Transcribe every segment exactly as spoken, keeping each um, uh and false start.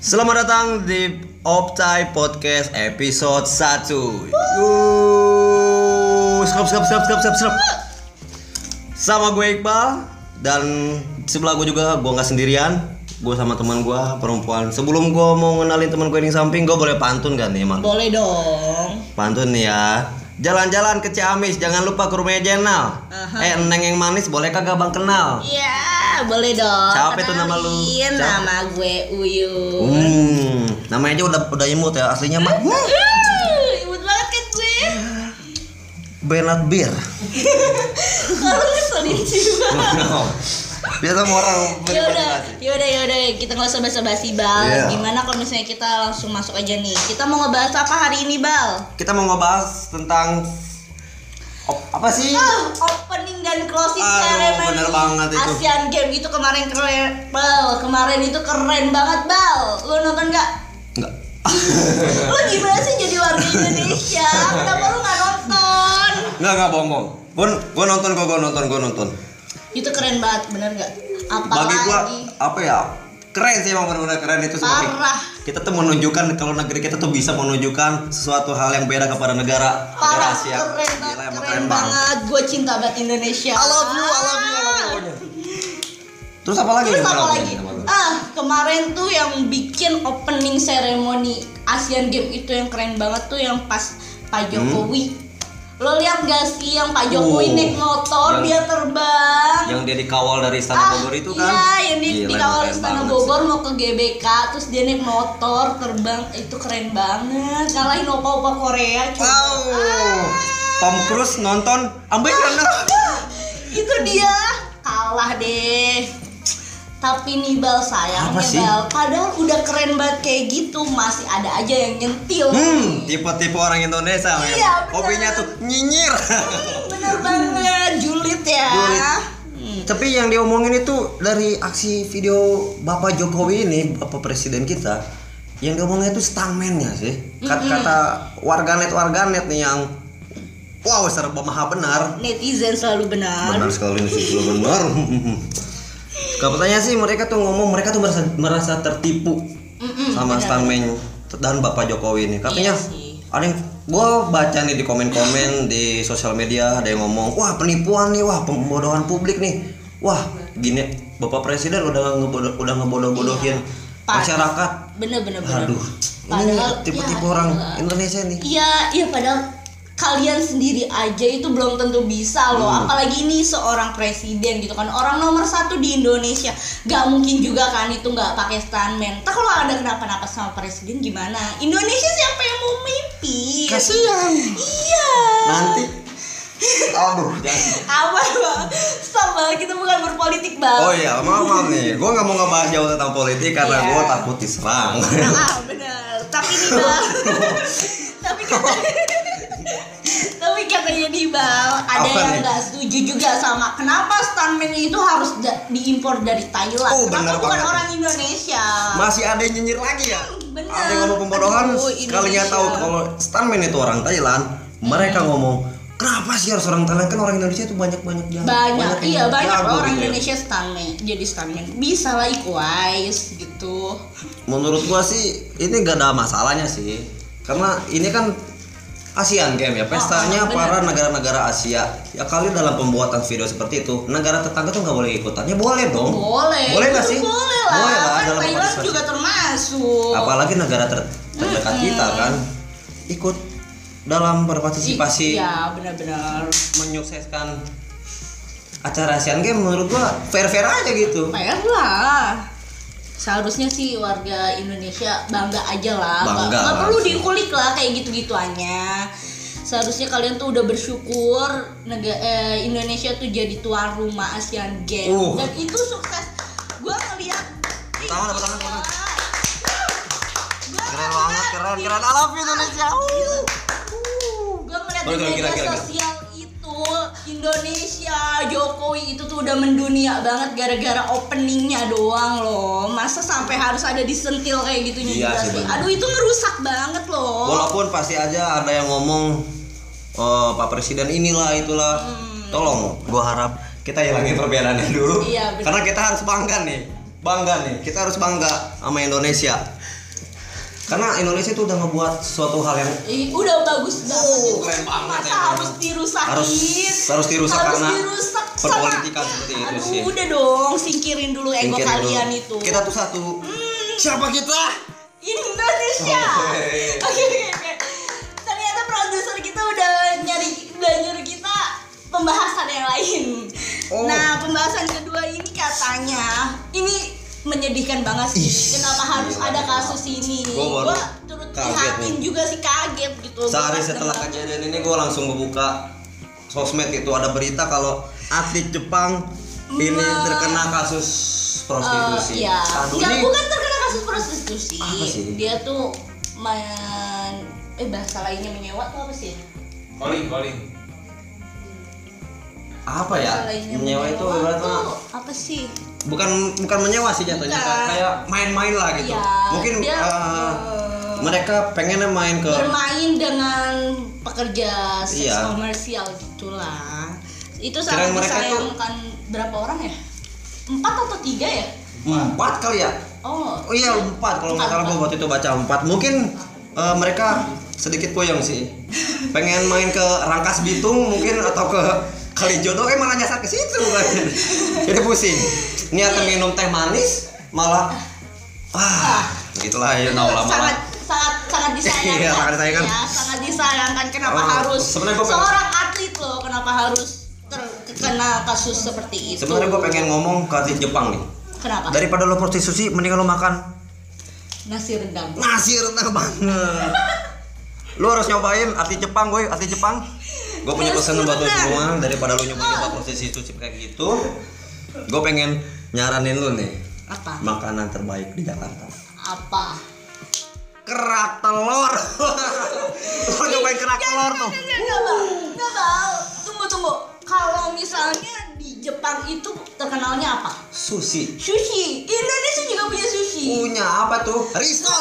Selamat datang di Optai Podcast episode satu. Yuuu, skap skap skap skap skap skap. Sama gue Iqbal dan sebelah gue juga, gue nggak sendirian. Gue sama teman gue perempuan. Sebelum gue mau ngenalin teman gue di samping, gue boleh pantun kan nih, Mang? Boleh dong. Pantun nih ya. Jalan-jalan ke Ciamis, jangan lupa ke rumahnya Jenal. Aha. Eh, Neng yang manis, boleh kagak bang kenal? Iya, boleh dong. Siapa itu nama lu? Kenalin, Siapa? Nama gue Uyun. Hmm, namanya aja udah udah imut ya, aslinya mah. Uh, imut banget kan gue. Bernard Bir. Kalau ngeselin sih. Biasa sama orang Yaudah, yaudah, yaudah, kita nggak usah basa-basi, Bal. Iya. Gimana kalau misalnya kita langsung masuk aja nih? Kita mau ngebahas apa hari ini, Bal? Kita mau ngebahas tentang op- apa sih? Ah, opening dan closing Aduh, ceremony bener banget itu. Asian Games itu kemarin keren, Bal. Kemarin itu keren banget, Bal. Lu nonton nggak? Enggak. Lu gimana sih jadi warga Indonesia? Kenapa lu nggak nonton? Enggak, enggak bohong. Gue gue nonton kok, gue nonton, gue nonton. Itu keren banget, bener nggak? Bagi Apalagi gua apa ya? Keren sih, emang benar-benar keren itu seperti Parah. kita tuh menunjukkan kalau negeri kita tuh bisa menunjukkan sesuatu hal yang beda kepada negara negara parah, Asia. keren banget, Gila, emang keren banget. Gue cinta banget Indonesia. I love you, I love you, I love you. Terus apa lagi? Terus yang apa pernah lagi? bikin? Ah, kemarin tuh yang bikin opening ceremony Asian Games itu yang keren banget tuh yang pas Pak Jokowi. Lo lihat gak sih yang Pak Jokowi Oh, naik motor, yang- dia terbang. Yang dia dikawal dari Istana Bogor itu kan? Iya, yang di, Gila, dikawal keren Istana banget Bogor sih. mau ke G B K, terus dia naik motor terbang, itu keren banget. Ngalahin opa-opa Korea coba. Wow. Tom Cruise nonton ambil karena Itu dia kalah deh. Tapi nih Bal, sayangnya Apa sih? Bal, padahal udah keren banget kayak gitu, masih ada aja yang nyentil. hmm, tipe-tipe orang Indonesia Iya, yang bener. hobinya tuh nyinyir. Bener banget, julid ya. Julid. Hmm. Tapi yang diomongin itu dari aksi video Bapak Jokowi ini, Bapak Presiden kita, yang diomongin itu stuntman-nya sih. Kata, kata warganet-warganet nih yang wow, serba maha benar. Netizen selalu benar. Benar sekali nih sih, benar. Katanya sih mereka tuh ngomong mereka tuh merasa, merasa tertipu Mm-mm, sama benar. stuntman dan Bapak Jokowi ini. Katanya Iya sih. ada yang gua baca nih di komen-komen di sosial media, ada yang ngomong, "Wah, penipuan nih, wah pembodohan publik nih. Wah, gini Bapak Presiden udah ngebodoh udah ngebodoh-bodohin Pak- masyarakat." Bener-bener bener. Aduh. Padahal, Ini tipe-tipe ya, orang iya. Indonesia nih. Iya, iya padahal kalian sendiri aja itu belum tentu bisa loh. Hmm. Apalagi ini seorang presiden gitu kan, orang nomor satu di Indonesia. Gak mungkin juga kan itu nggak pakai stuntman. Tak kalau ada kenapa-napa sama presiden gimana? Indonesia siapa yang mau mimpi? Kasihan. Iya. Nanti aduh, jangan. Apa bang? Stop bang, kita bukan berpolitik bang. Oh iya, maaf, maaf nih. Gue nggak mau ngebahas jauh tentang politik karena Iya. gue takut diserang. Ah benar. Tapi nih bang. Tapi kata Tapi katanya nih Bal, ada Apa yang nih? nggak setuju juga sama kenapa stuntman itu harus da- diimpor dari Thailand. Oh, Kenapa benar bukan banget. orang Indonesia? Masih ada yang nyinyir lagi ya? Benar. Ada yang ngomong pembodohan, Aduh, sekalinya Indonesia. tahu kalau stuntman itu orang Thailand, mereka ngomong, kenapa sih harus orang Thailand, kan orang Indonesia itu banyak-banyak jago. Banyak, iya yang banyak jago orang gitu ya. Indonesia stuntman, jadi stuntman. Bisa lah equalize gitu. Menurut gua sih ini gak ada masalahnya sih, karena ini kan Asian Games ya, pestanya Oh, oh, para benar. negara-negara Asia. Ya kali dalam pembuatan video seperti itu, negara tetangga tuh nggak boleh ikutan. Ya boleh dong. Boleh. Boleh nggak itu sih? Boleh lah. Boleh lah, Kan dalam Thailand partisipasi. juga termasuk. Apalagi negara ter- terdekat Mm-mm. kita kan ikut dalam berpartisipasi Iya, benar-benar. menyukseskan acara Asian Games. Menurut gua fair-fair aja gitu. Fair lah. Seharusnya sih warga Indonesia bangga aja lah. Nggak- Bangga nggak lah perlu sih. dikulik lah kayak gitu-gituannya. Seharusnya kalian tuh udah bersyukur negara eh, Indonesia tuh jadi tuan rumah Asian Games. Uh. Dan itu sukses. Gua ngeliat ih, Tangan, tangan, tangan. gila. Gua Keren ngeliat banget, keren, di- keren. I love you, Indonesia. Uh. Gua ngeliat Oh, di kira, media kira, kira. sosial itu Indonesia Jokowi itu tuh udah mendunia banget gara-gara openingnya doang loh. Masa sampai harus ada disentil kayak gitunya Iya juga sih, sih. bener. Aduh itu ngerusak banget loh. Walaupun pasti aja ada yang ngomong, oh, Pak Presiden inilah itulah. Tolong, gua harap kita hilangin perbedaannya dulu. Iya, betul. Karena kita harus bangga nih. Bangga nih. Kita harus bangga sama Indonesia. Karena Indonesia itu udah ngebuat suatu hal yang Ih, udah bagus banget Oh, itu. keren banget Masa ya, harus dirusakin? harus harus dirusak Harus karena dirusak sama- perpolitikan seperti itu Aduh, sih. udah dong, singkirin dulu ego Singkirin kalian dulu. itu. Kita tuh satu. Siapa kita? Indonesia. Oke. Oke oke oke. Ternyata produser kita udah nyari udah nyuruh kita pembahasan yang lain. Oh. Nah, pembahasan kedua ini katanya ini menyedihkan banget sih. Ih, Kenapa harus gila, ada gila. kasus ini? Gua baru Gua turut kaget prihatin nih. juga sih, kaget gitu. Sehari Gua setelah dengar. kejadian ini gue langsung ngebuka sosmed, itu ada berita kalau atlet Jepang ini Ma- terkena kasus prostitusi. Eh, iya. Aduh, Nggak, ini bukan terkena kasus prostitusi. Apa sih? Dia tuh main eh bahasa lainnya menyewa tuh apa sih? Calling, calling. apa ya? Bahasa lainnya Menyewa itu ibaratnya tuh apa sih? bukan bukan menyewa sih jatuhnya, Bukan. kayak main-main lah gitu. Iya, Mungkin dia, eh, eh, mereka pengennya main ke bermain dengan pekerja seks Iya. komersial gitulah. Itu Kirain sangat mereka tuh- disayangkan. Berapa orang ya? Empat atau tiga ya? empat kali ya? Oh, Oh iya empat, kalau nggak Empat, salah gue empat. waktu itu baca empat. Mungkin eh, mereka sedikit puyeng sih, pengen main ke Rangkas Bitung mungkin atau ke Kalijodo, eh malah nyasar ke situ kan. Jadi pusing. Niatan minum teh manis malah ah gitulah ya, Itu tahu lama sangat lah. sangat sangat disayangkan. Iya, sangat disayangkan. Ya, sangat disayangkan. Kenapa Oh, harus sebenarnya gua pengen- seorang atlet loh? Kenapa harus terkena kasus seperti itu? Sebenarnya gue pengen ngomong ke atlet Jepang nih. Kenapa? Daripada lo prostitusi, mendingan lo makan Nasi rendang. nasi rendang banget. Lo harus nyobain atlet Jepang, boy, atlet Jepang. Gue punya Nasi pesan buat lo rendang. semua, daripada lo nyoba-nyoba prostitusi kayak gitu. Gue pengen nyaranin lo nih, Apa? makanan terbaik di Jakarta. Apa? Kerak telur. Lo nyobain kerak telur tuh. Enggak, enggak, Bang. Enggak, Bang. Tunggu, tunggu. Kalau misalnya di Jepang itu terkenalnya apa? Sushi. Sushi. Indonesia juga punya sushi. Punya apa tuh? Risol.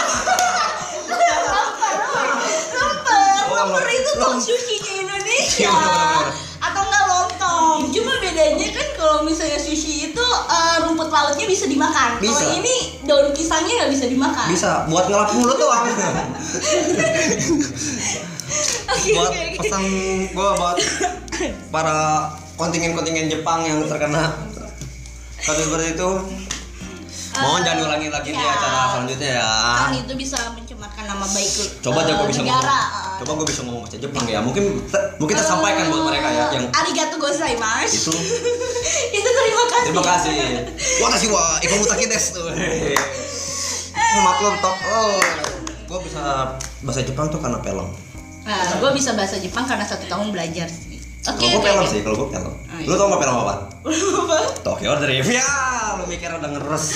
Lapar, lapar. Oh, Lapar itu tuh lom- sushinya Indonesia. Iya, bener-bener. Atau enggak lontong. Cuma bedanya kan kalau misalnya sushi itu eh, rumput lautnya bisa dimakan. Kalau Bisa. ini daun pisangnya nggak bisa dimakan. Bisa buat ngelap mulut tuh. Oke, Buat oke, oke. pesan gue buat para kontingen-kontingen Jepang yang terkena kasus seperti itu, mohon Eh, jangan diulangi lagi di ya. acara selanjutnya ya. Kan itu bisa mencemarkan nama baik Coba aja eh, gue bisa negara. ngomong. Coba gue bisa ngomong bahasa Jepang ya. Mungkin mungkin kita sampaikan buat mereka ya yang arigato gozaimasu. itu. Itu terima kasih. Terima kasih. Watashi wa ikomutaki desu. Maklum tok. Oh, gue bisa bahasa Jepang tuh karena film. Nah, gue bisa bahasa Jepang karena satu tahun belajar sih. Oke, Kalau gue oke, film oke. sih, kalau gue film. Oh, iya. Lu tau gak film apa? Apa? Tokyo Drift ya, lu mikir udah ngeres.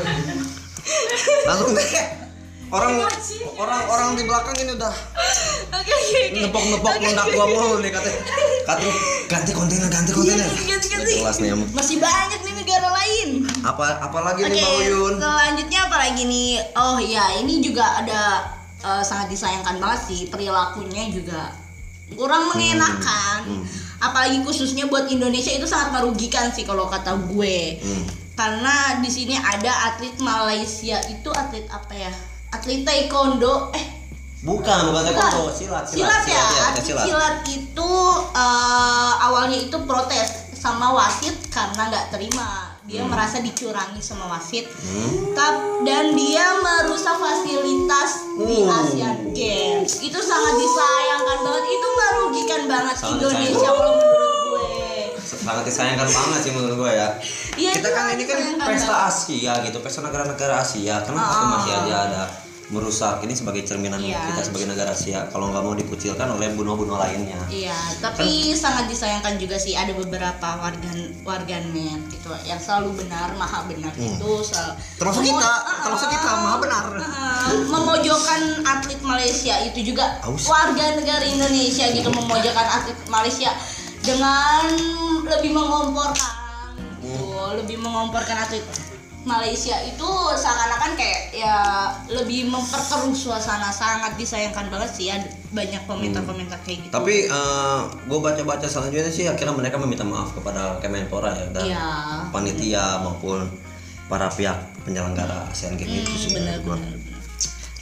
Langsung deh. Orang orang orang di belakang ini udah Oke, oke, oke. nepok-nepok Oke, mendak oke. gua mulu nih katanya. Katanya ganti kontainer, ganti kontainer. Ganti, ganti, ganti. Udah jelas nih, Am. Masih banyak nih negara lain. Apa apa lagi Oke, nih Mbak Uyun? selanjutnya apa lagi nih? Oh ya, ini juga ada eh, sangat disayangkan banget sih, perilakunya juga kurang mengenakan. hmm. Apalagi khususnya buat Indonesia itu sangat merugikan sih kalau kata gue. Hmm. Karena di sini ada atlet Malaysia, itu atlet apa ya? Atlet taekwondo. Eh, Bukan, bukan taekwondo, silat, silat, ya. Atlet silat. silat itu eh, awalnya itu protes sama wasit karena nggak terima. Dia Hmm. merasa dicurangi sama wasit. Hmm. Tap- dan dia merusak fasilitas di Uh. Asian Games. Itu sangat disayangkan banget. Itu merugikan banget Sangat Indonesia disayangkan. kalau menurut gue. Sangat disayangkan banget sih menurut gua ya. Iya, Kita itu kan sangat ini kan disayangkan pesta banget. Asia gitu, pesta negara-negara Asia. Kenapa Ah. tuh masih aja ada merusak ini sebagai cerminan Iya. kita sebagai negara Asia kalau nggak mau dikucilkan oleh bunuh-bunuh lainnya. Iya, Kan tapi sangat disayangkan juga sih ada beberapa warga warganet gitu yang selalu benar, maha benar Hmm. itu sel- Termasuk memo- kita, Ah, termasuk ah, kita, maha benar. ah, memojokkan atlet Malaysia itu juga Aus. warga negara Indonesia gitu, memojokkan atlet Malaysia dengan lebih mengomporkan gitu, lebih mengomporkan atlet Malaysia itu seakan-akan kayak ya lebih memperkeruh suasana. Sangat disayangkan banget sih, ada banyak komentar-komentar kayak gitu. Tapi gue baca-baca selanjutnya sih akhirnya mereka meminta maaf kepada Kemenpora ya dan Iya. panitia maupun para pihak penyelenggara Asian Games itu sih. benar Gua- benar benar.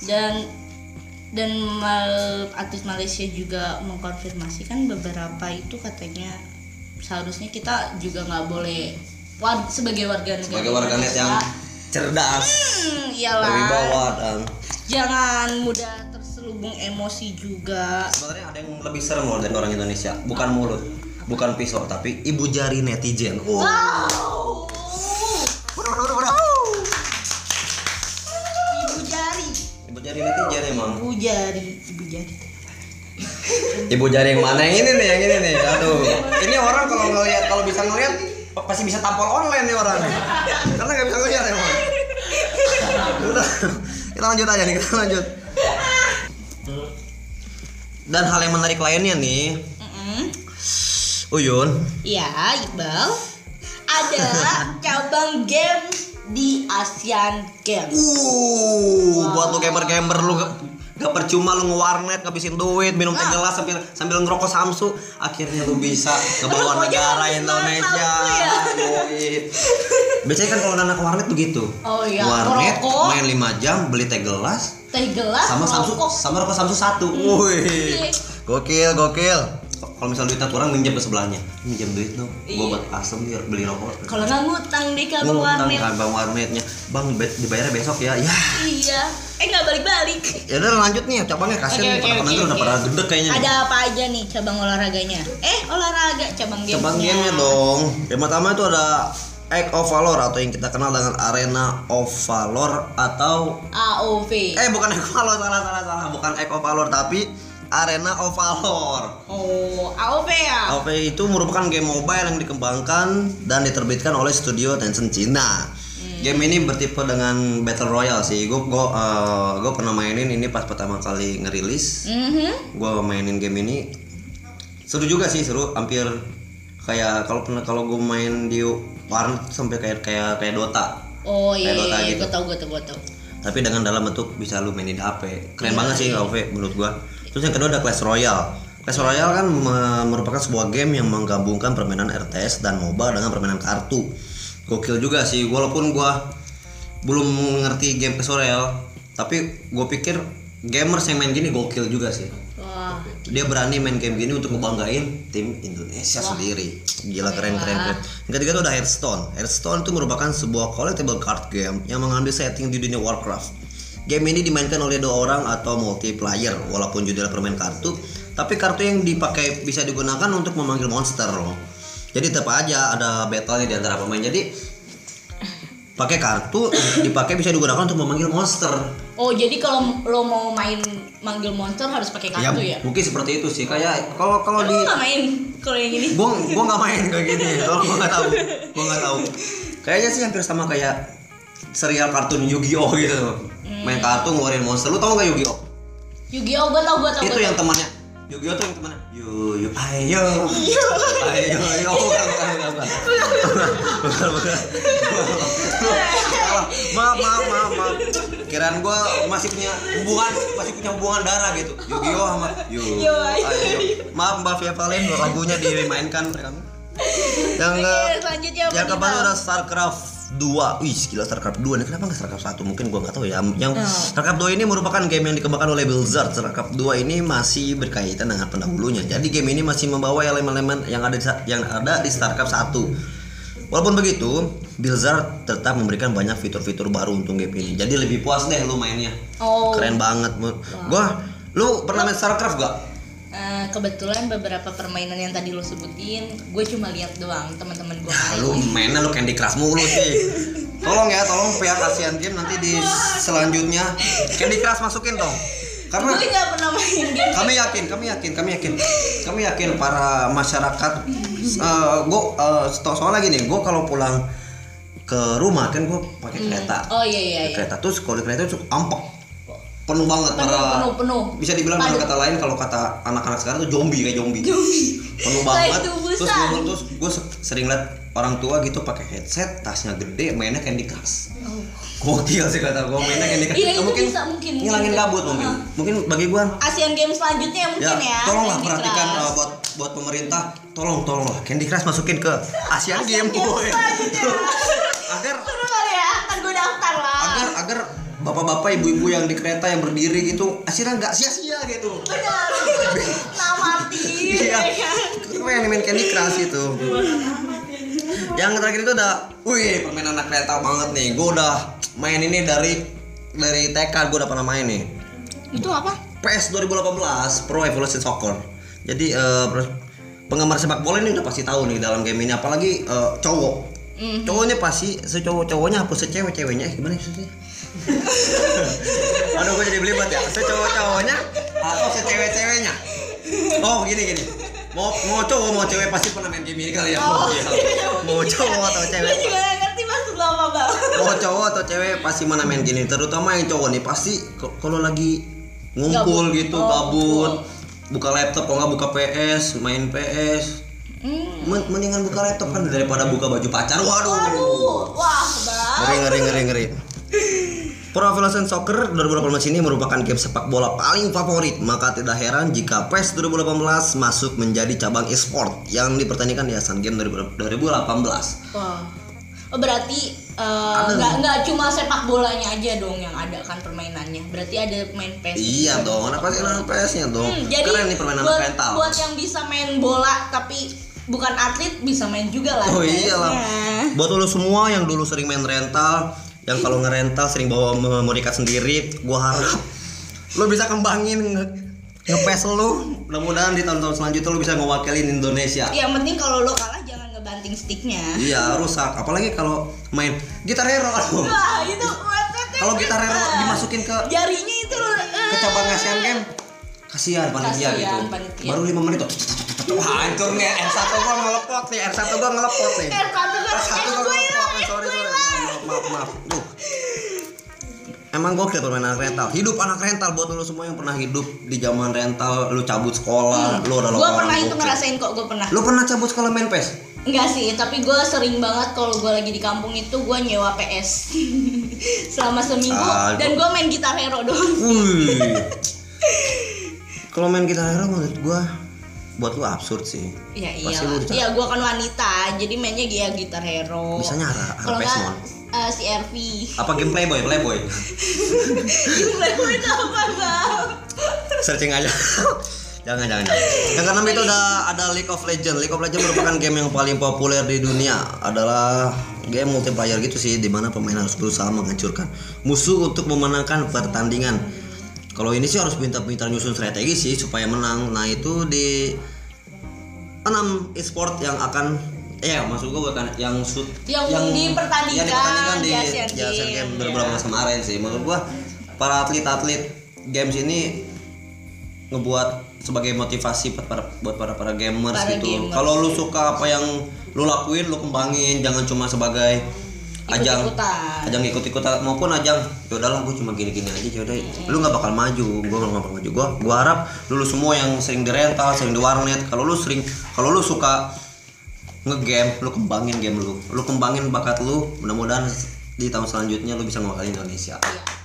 Dan dan mal, artis Malaysia juga mengkonfirmasi kan beberapa itu katanya seharusnya kita juga nggak boleh war, sebagai warga negara sebagai warganet yang cerdas, hmm, iyalah, berwibawa dan jangan mudah terselubung emosi juga. Sebenarnya ada yang lebih serem loh dari orang Indonesia, bukan mulut, bukan pisau, tapi ibu jari netizen. Oh. Wow. Ibu jari. Ibu jari netizen emang. Ibu jari, ibu jari. Ibu jari yang mana yang ini nih, yang ini nih. Aduh. Ini orang kalau ngelihat, kalau bisa ngelihat pasti bisa tampol online nih orang. Karena nggak bisa ngelihat emang. Udah. Kita lanjut aja nih, kita lanjut. Dan hal yang menarik lainnya nih, Mm-mm. Uyun. Ya, Iqbal. Ada cabang game di Asian Games. Uh, wow. Buat lu gamer-gamer lu gak, gak percuma lu ngewarnet ngabisin duit, minum teh Ah. gelas sambil sambil ngerokok Samsu, akhirnya lu bisa ngebawa negara Indonesia. Yoi. Biasanya kan kalau anak warnet begitu. Oh iya, warnet ngerokok. main lima jam, beli teh gelas Teh gelas, sama Samsu, rokok. sama rokok Samsu satu. Wih. Gokil, gokil. Kalau misal duitnya kurang minjem ke sebelahnya, minjem duit dong, Iya. gua buat asem biar beli rokok. Kalau nggak ngutang di cabang Ngutang warnet. kan bang warnetnya, bang be- dibayarnya besok ya, ya. Iya. Eh nggak balik-balik. Ya udah lanjut nih, cabangnya kasihan Oke, nih, oke, teman-teman oke, udah oke. pada gede kayaknya. Ada apa aja nih cabang olahraganya? Eh olahraga cabang gamesnya. Cabang gamenya dong. Yang pertama itu ada Act of Valor atau yang kita kenal dengan Arena of Valor atau A O V. eh bukan Act of Valor, salah salah salah, bukan Act of Valor tapi Arena of Valor. Oh, A O V ya. A O V itu merupakan game mobile yang dikembangkan dan diterbitkan oleh studio Tencent Cina. Hmm. Game ini bertipe dengan Battle Royale sih. Gue gue uh, gue pernah mainin ini pas pertama kali ngerilis. Mhm. Gue mainin game ini seru juga sih, seru hampir kayak kalau pernah kalau gue main di warnet sampai kayak kayak kayak Dota. Oh iya, Kayak Dota iya, gitu. gue tau, gue tau, gue tau. Tapi dengan dalam bentuk bisa lu mainin di H P. Keren Iya, banget sih iya. A O V menurut gua. Terus yang kedua ada Clash Royale. Clash Royale kan me- merupakan sebuah game yang menggabungkan permainan R T S dan MOBA dengan permainan kartu. Gokil juga sih, walaupun gua belum mengerti game Clash Royale, tapi gua pikir gamers yang main gini gokil juga sih. Wah. Dia berani main game gini untuk ngebanggain tim Indonesia Wah. sendiri. Gila, keren Wah. keren keren. Yang ketiga itu ada Hearthstone. Hearthstone itu merupakan sebuah collectible card game yang mengambil setting di dunia Warcraft. Game ini dimainkan oleh dua orang atau multiplayer, walaupun judulnya permain kartu, tapi kartu yang dipakai bisa digunakan untuk memanggil monster loh. Jadi tetap aja ada battle-nya di antara pemain. Jadi pakai kartu dipakai bisa digunakan untuk memanggil monster. Oh jadi kalau lo mau main manggil monster harus pakai kartu ya? Mungkin seperti itu sih. Kayak kalau kalau Lo di nggak main kalau yang ini? gua gua nggak main kayak gini. Kalau gua nggak tahu, gua nggak tahu. Kayaknya sih hampir sama kayak serial kartun Yu-Gi-Oh gitu. Hmm. Main kartu ngeluarin monster. Lu tahu nggak Yu-Gi-Oh? Yu-Gi-Oh gue tau, gue tau. Itu yang temannya. Yu-Gi-Oh tuh yang temannya. Yu yu ayo. Ayo ayo. Oh, bukan bukan bukan. Bukan bukan. bukan. Maaf maaf maaf maaf. Kiraan gua masih punya hubungan masih punya hubungan darah gitu. Yu-Gi-Oh sama Yu. Yo, ayo. Ayo. Maaf Mbak Via Valen, lagunya dimainkan kami. Yang Oke, ke selanjutnya apa yang nih, keempat Bang? ada StarCraft dua. Wih, gila StarCraft dua nih. Kenapa enggak StarCraft satu? Mungkin gua enggak tahu ya. Yang Oh. StarCraft dua ini merupakan game yang dikembangkan oleh Blizzard. StarCraft dua ini masih berkaitan dengan pendahulunya. Jadi game ini masih membawa elemen-elemen yang ada di, yang ada di StarCraft satu. Walaupun begitu, Blizzard tetap memberikan banyak fitur-fitur baru untuk game ini. Jadi lebih puas deh lu mainnya. Oh. Keren banget. Gua lu pernah main StarCraft gak? Eh, kebetulan beberapa permainan yang tadi lo sebutin, gue cuma lihat doang teman-teman gue main. Lu mainnya lu Candy Crush mulu sih. Tolong ya, tolong pihak Asian Game nanti di selanjutnya Candy Crush masukin dong. Karena gue nggak pernah main game. kami yakin, kami yakin, kami yakin, kami yakin para masyarakat. Uh, gue uh, soalnya gini, gue kalau pulang ke rumah kan gue pakai kereta. Oh iya iya. iya. Kereta terus kalau di kereta itu ampek, penuh banget Penuh, para. penuh, penuh. Bisa dibilang dengan kata lain kalau kata anak-anak sekarang tuh zombie kayak zombie. Penuh banget. Kayak Terus tubusan. gue terus gue sering liat orang tua gitu pakai headset, tasnya gede, mainnya Candy Crush. Oh. Gokil sih kata gue, mainnya Candy Crush. Iya, itu mungkin bisa, mungkin, ngilangin mungkin. kabut mungkin. Uh-huh. Mungkin bagi gue Asian Games selanjutnya mungkin ya, ya. tolonglah Candy perhatikan Crush. uh, buat buat pemerintah, tolong tolonglah Candy Crush masukin ke Asian, Asian Game Games boy. selanjutnya. agar Seru kali ya, kan gue daftar lah. agar agar bapak-bapak, ibu-ibu yang di kereta yang berdiri gitu, akhirnya nggak sia-sia gitu. Benar. Nah mati. Iya. Gue yang main Candy Crush itu. Yang terakhir itu udah, wih permainan anak kereta banget nih. Gue udah main ini dari dari T K, gue udah pernah main nih. Itu apa? P E S dua ribu delapan belas Pro Evolution Soccer. Jadi uh, penggemar sepak bola ini udah pasti tahu nih dalam game ini, apalagi uh, cowok. Mm-hmm. Cowoknya pasti secowok-cowoknya apa secewek-ceweknya, eh, gimana sih? Aduh, gue jadi belibet ya. Secowok-cowoknya atau secewek-ceweknya? Oh, gini gini. Mau mau cowok mau cewek pasti pernah main game ini kali ya. Oh, iya. Mau cowok atau cewek? Gue juga gak ngerti maksud lo apa, Bang. Mau cowok atau cewek pasti mana main gini. Terutama yang cowok nih pasti k- kalau lagi ngumpul gabut. gitu, oh, gabut, betul. Buka laptop, kalau nggak buka P S, main P S. Hmm. Mendingan buka laptop kan daripada buka baju pacar. Waduh. Waduh. Wah, Bang. Ngeri ngeri ngeri ngeri. Pro Evolution Soccer dua ribu delapan belas ini merupakan game sepak bola paling favorit, maka tidak heran jika P E S dua ribu delapan belas masuk menjadi cabang e-sport yang dipertandingkan di Asian Games dua ribu delapan belas. Wah. Oh, berarti uh, nggak nggak cuma sepak bolanya aja dong yang ada kan permainannya. Berarti ada main P E S. Iya dong, apa sih main P E S-nya dong? Hmm, jadi keren nih permainan buat, rental. Buat yang bisa main bola tapi bukan atlet bisa main juga lah. Oh iyalah. Buat lo semua yang dulu sering main rental, yang kalau ngerental sering bawa memori card sendiri, gua harap lo bisa kembangin nge-pes lo. Mudah-mudahan di tahun-tahun selanjutnya lo bisa mewakilin Indonesia. Yang penting kalau lo kalah jangan ngebanting sticknya. Iya, rusak. Apalagi kalau main Guitar Hero. Wah, itu kalau Guitar Hero dimasukin ke jarinya itu ke cabang Asian Game, kasihan panitia gitu. Panitia. Baru lima menit tuh. Wah, hancur nih. R satu gua ngelepot nih. R satu gua ngelepot nih. R satu gua ngelepot. Sorry, sorry. Maaf, maaf. Duh. Emang gokil permainan rental. Hidup anak rental buat lu semua yang pernah hidup di zaman rental, lu cabut sekolah, hmm. lu adalah gua pernah itu ngerasain kok, gua pernah. Lu pernah cabut sekolah main P E S? Enggak sih, tapi gue sering banget kalau gue lagi di kampung itu gue nyewa P S selama seminggu ah, dan gue main Guitar Hero doang. Kalau main Guitar Hero menurut gue buat lu absurd sih. Iya iya. Iya gue kan wanita, jadi mainnya dia Guitar Hero. Bisa nyara. Kalau nggak uh, si R V. Apa game Playboy? Playboy. Game Playboy itu apa bang? Searching aja. Jangan jangan. Yang keenam itu ada ada League of Legends. League of Legends merupakan game yang paling populer di dunia. Adalah game multiplayer gitu sih, di mana pemain harus berusaha menghancurkan musuh untuk memenangkan pertandingan. Kalau ini sih harus pintar-pintar nyusun strategi sih supaya menang. Nah itu di enam e-sport yang akan eh maksud gue bukan yang shoot yang, yang dipertandingkan, yang dipertandingkan di Asian Games dua ribu delapan belas kemarin sih. Menurut gue para atlet-atlet games ini ngebuat sebagai motivasi buat para buat para para gamers para gitu. Kalau lu suka apa yang lu lakuin, lu kembangin, jangan cuma sebagai ajang ikut-ikutan. ajang ikut-ikutan maupun ajang ya udahlah gue cuma gini-gini aja ya udah hmm. lu nggak bakal maju, gue nggak bakal maju. Gue gue harap lu semua yang sering di rental, sering di warnet, kalau lu sering kalau lu suka nge-game, lu kembangin game lu, lu kembangin bakat lu, mudah-mudahan di tahun selanjutnya lu bisa ngewakilin Indonesia.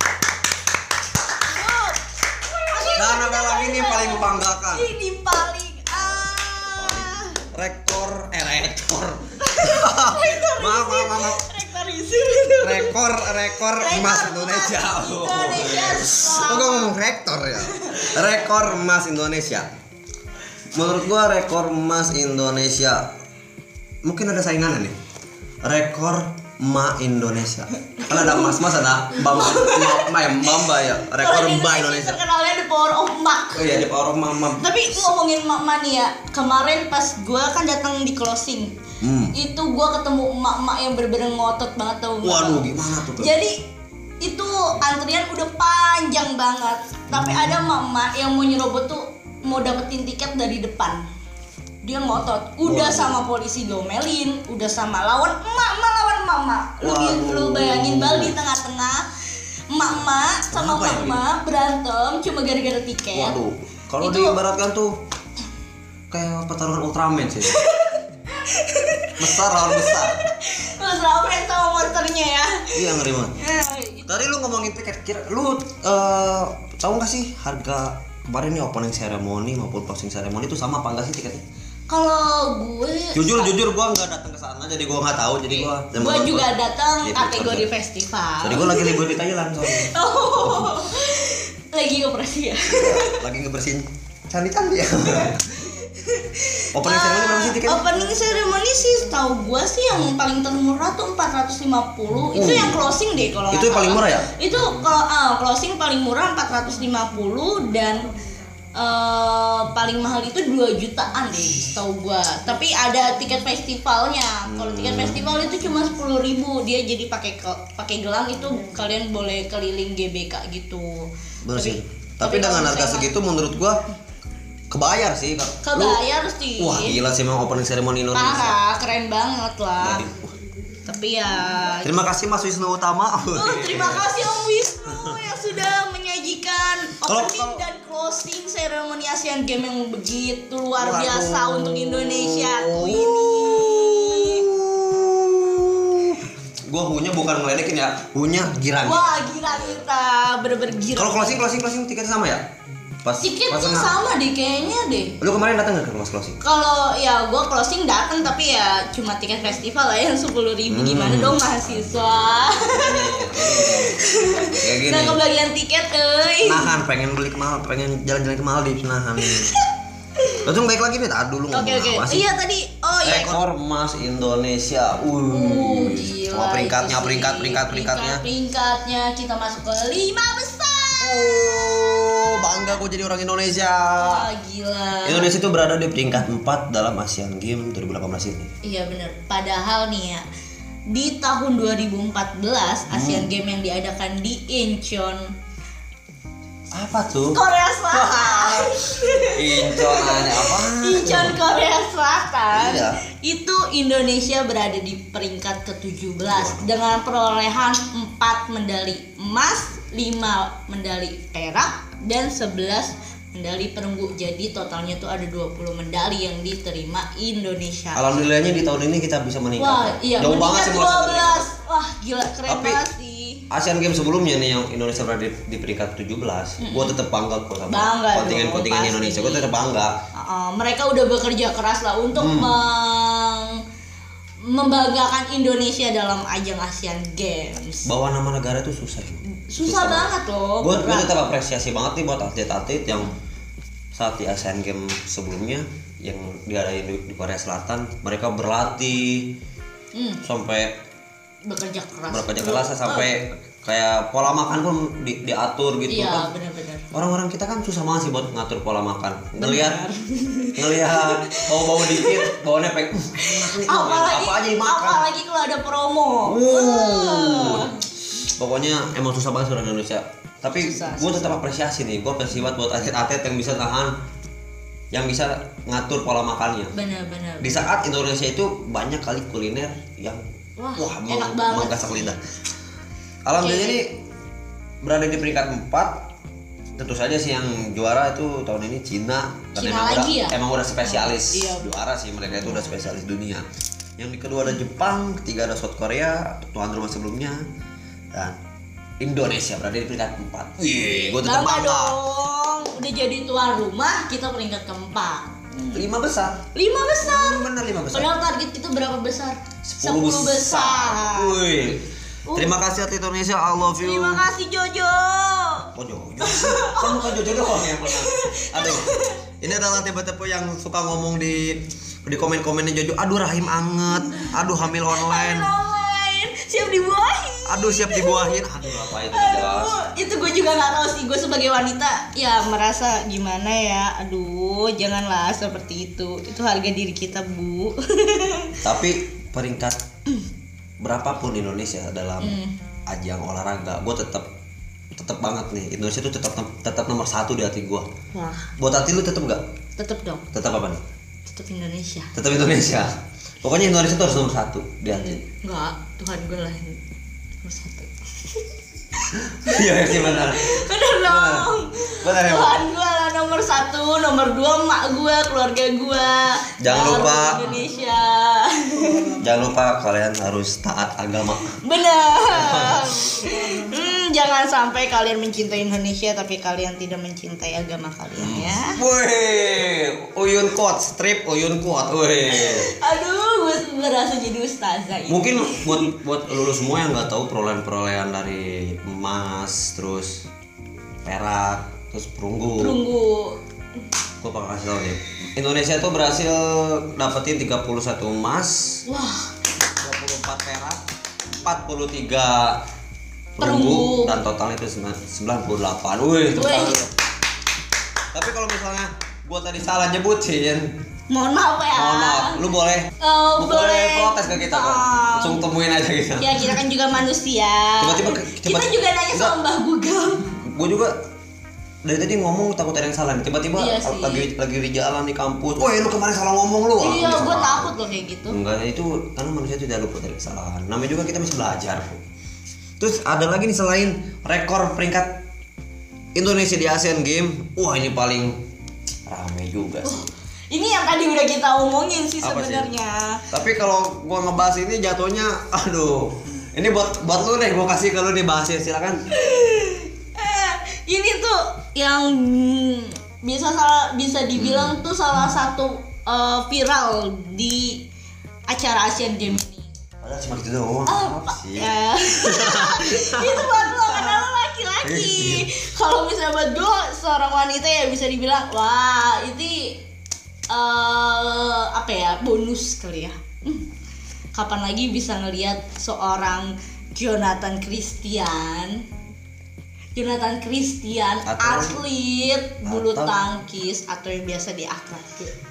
Karena malam ini paling membanggakan. Ini paling ah. Rekor, eh rekor. maaf, maaf, maaf. Rekor, rekor emas Indonesia. Indonesia. Kok gue ngomong rektor ya? Rekor emas Indonesia. Menurut gua rekor emas Indonesia mungkin ada saingan nih. Rekor Ma Indonesia. Kalau ada emas-emas ada Bamba, Ma Bamba ya. Rekor Mbak Indonesia. Terkenalnya di Power of Mak. Oh iya di Power of Mak. Tapi ngomongin Mak nih ya, kemarin pas gua kan datang di closing, hmm. itu gua ketemu emak-emak yang bener-bener ngotot banget tau. Waduh gimana tuh? Jadi itu antrian udah panjang banget, tapi hmm. ada emak-emak yang mau nyerobot tuh mau dapetin tiket dari depan. Dia ngotot, udah wow. sama polisi diomelin, udah sama lawan emak-emak lawan emak-emak. Lu, lu bayangin bal di tengah-tengah emak-emak sama emak-emak ya, berantem cuma gara-gara tiket. Waduh, kalau diibaratkan tuh kayak pertarungan Ultraman sih. Besar lawan besar. Ultraman sama monsternya ya. Iya ngeri banget. Tadi lu ngomongin tiket, kira lu uh, tahu nggak sih harga kemarin nih opening ceremony maupun closing ceremony itu sama apa enggak sih tiketnya? Kalau gue Jujur jujur gue nggak datang ke sana, jadi gue nggak tahu. Jadi gue. Gue juga datang Gitu, kategori sorry. festival. Jadi gue lagi libur di Thailand soalnya. Oh, lagi operasi ya. Lagi ngebersihin candi-candi ya. Opening ceremony berapa sih tiketnya? Opening ceremony sih tahu gue sih yang paling termurah tuh empat ratus lima puluh. Itu Uh. yang closing deh kalau Itu yang paling murah ya? Itu kalau ah, closing paling murah empat ratus lima puluh dan eh, paling mahal itu dua jutaan deh tahu gue. Tapi ada tiket festivalnya. Kalau tiket Hmm. festival itu cuma sepuluh ribu. Dia jadi pakai ke- pakai gelang itu kalian boleh keliling G B K gitu. Bener sih. tapi Tapi dengan kalau harga misalnya- segitu menurut gue kebayar sih. Lu- Kebayar sih. Wah gila sih emang opening ceremony Indonesia. Parah, keren banget lah. Jadi, Tapi ya terima kasih Mas Wisnu Utama. oh, terima kasih Om Wisnu yang sudah menyajikan Kalau- opening kalau- dan closing seremoni Asian Games yang begitu luar Waduh. biasa untuk Indonesia aku ini. Gua hunya bukan ngeledekin ya, hunya girang. Wah, gila kita, bener-bener gila. Kalau closing closing closing tiketnya sama ya? Pas Tiketnya pas tengah. sama deh kayaknya deh. Lu kemarin datang nggak ke kelas closing? Kalau ya gue closing datang tapi ya cuma tiket festival lah yang sepuluh ribu. Hmm. Gimana dong mahasiswa? Kayak gini. Nah kebagian tiket euy. Nahan pengen beli ke mahal, pengen jalan-jalan ke Maldives nahan. Langsung baik lagi nih, tadi dulu Oke ngomong oke. apa sih? Iya tadi. Oh iya. Rekor emas Indonesia. Uh, Uh, gila, semua peringkatnya, itu sih. peringkat, peringkat, peringkatnya. Peringkat, peringkatnya kita masuk ke lima besar. Oh, bangga gue jadi orang Indonesia. Wah gila. Indonesia itu berada di peringkat empat dalam Asian Games dua ribu delapan belas ini. Iya bener. Padahal nih ya di tahun dua ribu empat belas Asian Games yang diadakan di Incheon Apa tuh? Korea Selatan. Incheon nanya apa? Incheon Korea Selatan. Iya. Itu Indonesia berada di peringkat ke tujuh belas dengan perolehan empat medali emas, lima medali perak dan sebelas medali perunggu. Jadi totalnya tuh ada dua puluh medali yang diterima Indonesia. Alhamdulillahnya di tahun ini kita bisa meningkat. Wah, iya Jauh banget sih dua melesat dari belas. Wah, gila keren Tapi- banget sih. Asian Games sebelumnya nih yang Indonesia berada di, di peringkat tujuh belas, gue tetap bangga kok sama Bangga kontingen-kontingen dong, Indonesia. pasti. Gue tetap bangga. Uh, mereka udah bekerja keras lah untuk Hmm. meng- membanggakan Indonesia dalam ajang Asian Games. Bawa nama negara itu susah. Susah banget loh. Gue gue berat. tetap apresiasi banget nih buat atlet-atlet yang saat di Asian Games sebelumnya yang diadain di, di Korea Selatan, mereka berlatih Hmm, sampai bekerja keras. bekerja keras sampai kayak pola makan pun di, diatur gitu Iya, kan. benar-benar. Orang-orang kita kan susah banget sih buat ngatur pola makan. Ngelihat ngelihat bau-bau dikit, baunya pek. Apalagi apa aja dimakan. apalagi kalau ada promo. Uh. Pokoknya emang susah banget orang Indonesia. Tapi Susah, gue tetap apresiasi nih. Gue apresiasi banget buat atlet-atlet yang bisa tahan, yang bisa ngatur pola makannya. Benar-benar. Di saat Indonesia itu banyak kali kuliner yang Wah, wah, enak meng- banget menggasak sih. lidah. Alhamdulillah Oke. ini berada di peringkat empat. Tentu saja sih yang juara itu tahun ini Cina. Dan Cina emang lagi udah, ya? emang udah spesialis Iya. juara sih, mereka itu udah spesialis dunia. Yang di kedua ada Jepang, ketiga ada South Korea, tuan rumah sebelumnya, dan Indonesia berada di peringkat empat. Wih, gue tetap Bangga bangga. dong. Udah jadi tuan rumah, kita peringkat keempat. Lima besar. Lima besar. Bener lima besar. Padahal target kita berapa besar? Sepuluh besar. Wih. Uh. Terima kasih atlet Indonesia, I love you. Terima kasih Jojo. Oh Jojo, kan bukan Jojo doang yang menang. Aduh, ini adalah tipe-tipe yang suka ngomong di di komen-komennya Jojo. Aduh rahim anget, aduh hamil online, Online. Siap dibuahin. aduh siap dibuahin. Aduh apa itu nggak jelas. Aduh, itu gue juga nggak tahu sih. Gue sebagai wanita ya merasa gimana ya. Aduh, janganlah seperti itu. Itu harga diri kita, Bu. Tapi peringkat berapapun Indonesia dalam Hmm. ajang olahraga, gue tetap tetap banget nih. Indonesia tuh tetap tetap nomor satu di hati gue. Wah, Buat hati lu tetap nggak? tetep dong. Tetap apa nih? Tetep Indonesia. Tetap Indonesia. Pokoknya Indonesia tuh harus nomor satu di hati. Enggak, Tuhan gue lah yang nomor satu. Iya sih benar. Bener dong. Benar ya. Tuhan gue lah nomor satu, nomor dua emak gue, keluarga gue. Jangan baru lupa. Indonesia. Jangan lupa kalian harus taat agama. Bener. Hmm, jangan sampai kalian mencintai Indonesia tapi kalian tidak mencintai agama kalian ya. Wih, Uyun Quote, strip Uyun Quote. Wih. Aduh, gue berasa jadi ustazah ini. Mungkin buat buat lulu semua yang nggak tahu perolehan-perolehan dari emas, terus perak, terus perunggu. Perunggu. Gue bakal kasih tau nih. Indonesia tuh berhasil dapetin tiga puluh satu emas. Wah. dua puluh empat perak, empat puluh tiga perunggu, dan totalnya itu sembilan puluh delapan. Wih, itu banget. Tapi kalau misalnya gua tadi salah nyebutin, mohon maaf ya. mohon maaf, lu boleh Oh, lu boleh boleh protes ke kita kok. Oh. Langsung temuin aja kita. Ya, kita kan juga manusia. Tiba-tiba kita tiba- juga nanya sama Mbah Google. Gua juga dari tadi ngomong takut ada yang salah nih. Tiba-tiba Iya lagi lagi di jalan di kampus. Woi, lu kemarin salah ngomong lu. Iya, Ah, gue salah. takut loh kayak gitu. Enggak, itu karena manusia itu tidak luput dari kesalahan. Namanya juga kita masih belajar. Terus ada lagi nih selain rekor peringkat Indonesia di Asian Games. Wah, ini paling rame juga sih. Uh, ini yang tadi udah kita omongin sih Apa sih? sebenarnya. Tapi kalau gua ngebahas ini jatuhnya, aduh. Ini buat buat lu deh, gua kasih ke lu nih bahasnya, silakan. Eh, ini tuh yang bisa salah bisa dibilang Hmm. tuh salah satu eh, viral di acara Asian Games ini. Padahal cuma gitu doang. Apa Apa sih? ya? Itu buat lo karena lo laki-laki. Kalau misalnya buat gue seorang wanita ya bisa dibilang wah ini eh apa ya bonus kali ya. Hmm. Kapan lagi bisa ngelihat seorang Jonathan Christian Jonathan Christian Atau- atlet bulu atau- tangkis atau yang biasa diakrab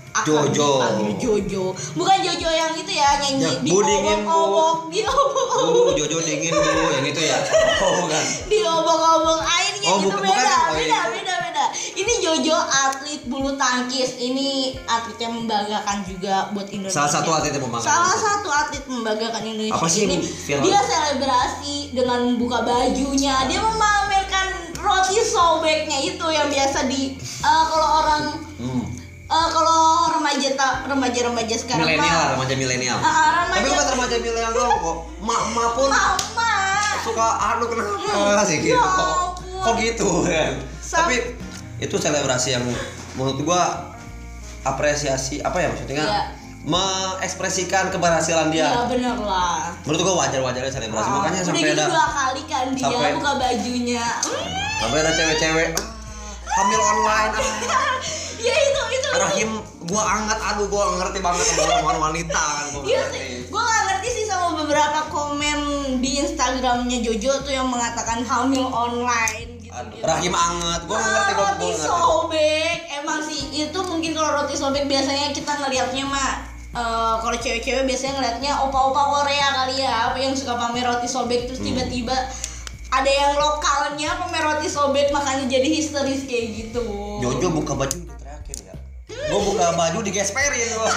Jojo. dipanggil Jojo, bukan Jojo yang itu ya nyanyi Ya, di Bu dingin, Bu. obok-obok di Bu, obok-obok Jojo dingin bu, yang itu ya. Oh, bukan. di obok-obok airnya Oh, itu bukan- beda bukan. Oh, beda iya. beda beda ini Jojo atlet bulu tangkis, ini atlet yang membanggakan juga buat Indonesia. Salah satu atlet yang membanggakan. Salah satu atlet membanggakan Indonesia. Apa sih ini viral? dia selebrasi dengan membuka bajunya, dia memamerkan roti sobeknya itu yang biasa di eh, kalau orang Hmm. eh, kalau remaja ta- remaja-remaja sekarang Milenial, remaja milenial. Ah, ah, remaja- Tapi bukan remaja milenial doang kok. Mak-mak pun mama suka anu kenapa sih gitu Ya kok. ampun. Kok gitu kan. Sam- Tapi itu selebrasi yang menurut gua apresiasi apa ya maksudnya? Iya. Mengekspresikan keberhasilan dia. ya bener lah. Menurut gua wajar-wajar aja selebrasi. Ah, Makanya udah sampai gitu ada dua kali kan dia sampai- buka bajunya. Hmm. sampai ada cewek-cewek ah, hamil online. Ah. Ya itu itu. Rahim gua anget, aduh gua nggak ngerti banget sama orang wanita kan gua Iya nggak sih, ngerti. gue gak ngerti sih sama beberapa komen di Instagramnya Jojo tuh yang mengatakan hamil online gitu. Aduh, rahim anget, gua nggak ngerti, gua roti gua nggak ngerti. sobek, emang sih itu mungkin kalau roti sobek biasanya kita ngelihatnya mah eh, kalau cewek-cewek biasanya ngelihatnya opa-opa Korea kali ya, apa yang suka pamer roti sobek terus Hmm. tiba-tiba ada yang lokalnya pamer roti sobek makanya jadi histeris kayak gitu. Jojo buka baju diteriakin ya. Gua buka baju digesperin gua.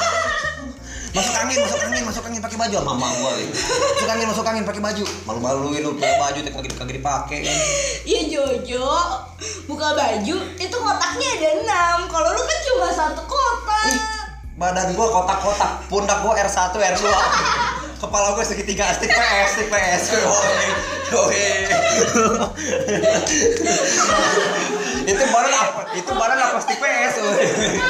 Masuk angin, masuk angin, masuk angin pakai baju sama mama gua gitu. Masuk angin, masuk angin pakai baju. Malu-maluin lu pakai baju tapi kagak kagak dipakai. Iya Jojo buka baju itu kotaknya ada enam, kalau lu kan cuma satu kotak. Ih, badan gua kotak-kotak, pundak gua R satu, R dua. Kepala gua segitiga stick P S, stick P S. Yoi. Yoi. Itu badan apa? Itu badan apa stick P S? Woy.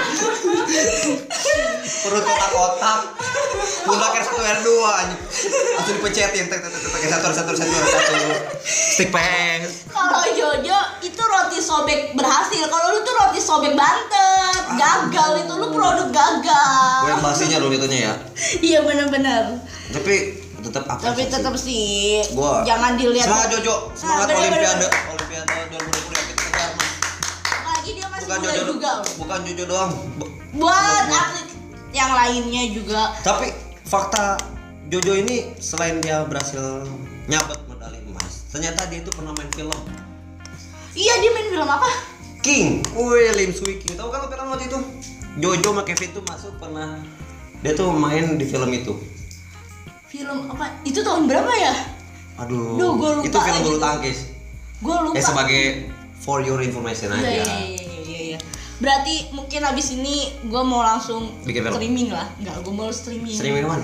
Perut kotak-kotak. Pundak R satu, R dua anjing. Langsung dipencetin tek tek tek tek satu satu satu satu. Stick P S. Kalau Jojo itu roti sobek berhasil, kalau lu tuh roti sobek bantet, gagal itu lu produk gagal. Gue yang basinya dulu itunya ya. Iya benar-benar. Tapi tetap apa? Tapi tetap sih Gua jangan dilihat. Semangat Jojo, semangat bener, Olimpiade, bener. Olimpiade dua ribu dua puluh yang kita kejar mas. Apalagi dia masih Bukan muda Jojo, juga loh. bukan Jojo doang. Bu- Buat Bukan. atlet yang lainnya juga. Tapi fakta Jojo ini selain dia berhasil nyabet medali emas, ternyata dia itu pernah main film Iya, dia main film apa? King. Wih, Lim Swee King. Tahu kan lo film waktu itu? Jojo sama Kevin tuh masuk pernah dia tuh main di film itu. Film apa? Itu tahun berapa ya? Aduh, Duh, gua lupa itu film lagi bulu tuh. tangkis. Gue lupa. Eh sebagai for your information Iya, aja. iya, iya, iya, iya. Berarti mungkin abis ini gue mau langsung Bikin film? streaming lah. Enggak, gue mau streaming. Streaming mana?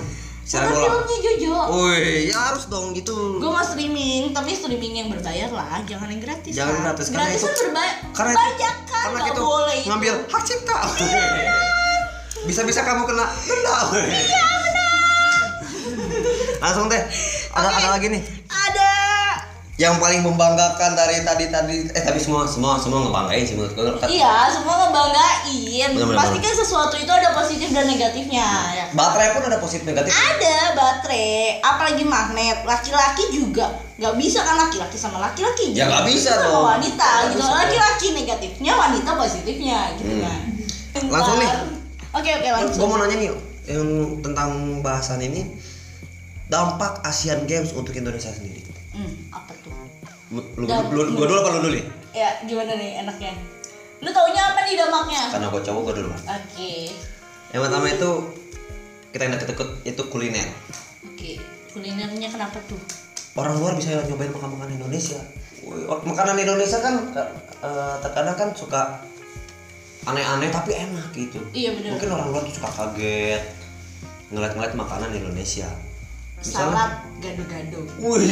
Siaran Nonton bola. filmnya Jojo. Wih, ya harus dong gitu. Gue mau streaming, tapi streaming yang berbayar lah, jangan yang gratis. Jangan kan? gratis, karena gratis itu- kan berbayar. karena- Pajak kan Karena nggak kita boleh itu. ngambil hak cipta. Bisa-bisa kamu kena denda. Iya benar. Langsung deh. Ada Oke. ada lagi nih. Ada. Yang paling membanggakan dari tadi tadi eh tapi semua semua semua ngebanggain sih menurut gue. Iya, semua ngebanggain. Bener-bener. Pasti kan sesuatu itu ada positif dan negatifnya. Ya. Baterai pun ada positif negatif. Ada baterai, apalagi magnet. Laki-laki juga nggak bisa kan, laki-laki sama laki-laki. Ya, nggak bisa sama dong. wanita Nggak gitu. bisa. Laki-laki negatifnya, wanita positifnya gitu Hmm. kan. Langsung nih. Oke oke langsung. Gue mau nanya nih yang tentang bahasan ini, dampak Asian Games untuk Indonesia sendiri. Hmm, apa tuh? Lu, lu, Damp- lu, gua dulu apa lu dulu nih? Ya gimana nih enaknya? Lu taunya apa nih dampaknya? Karena gue cowok gue dulu. Oke. Yang pertama itu kita yang deket-deket itu kuliner. Oke. Kulinernya kenapa tuh? Orang luar bisa nyobain makanan Indonesia. Wih, or- makanan Indonesia kan eh, terkadang kan suka aneh-aneh tapi enak gitu. Iya benar. Mungkin orang luar tuh suka kaget ngeliat-ngeliat makanan Indonesia. Salad gado-gado. Wih.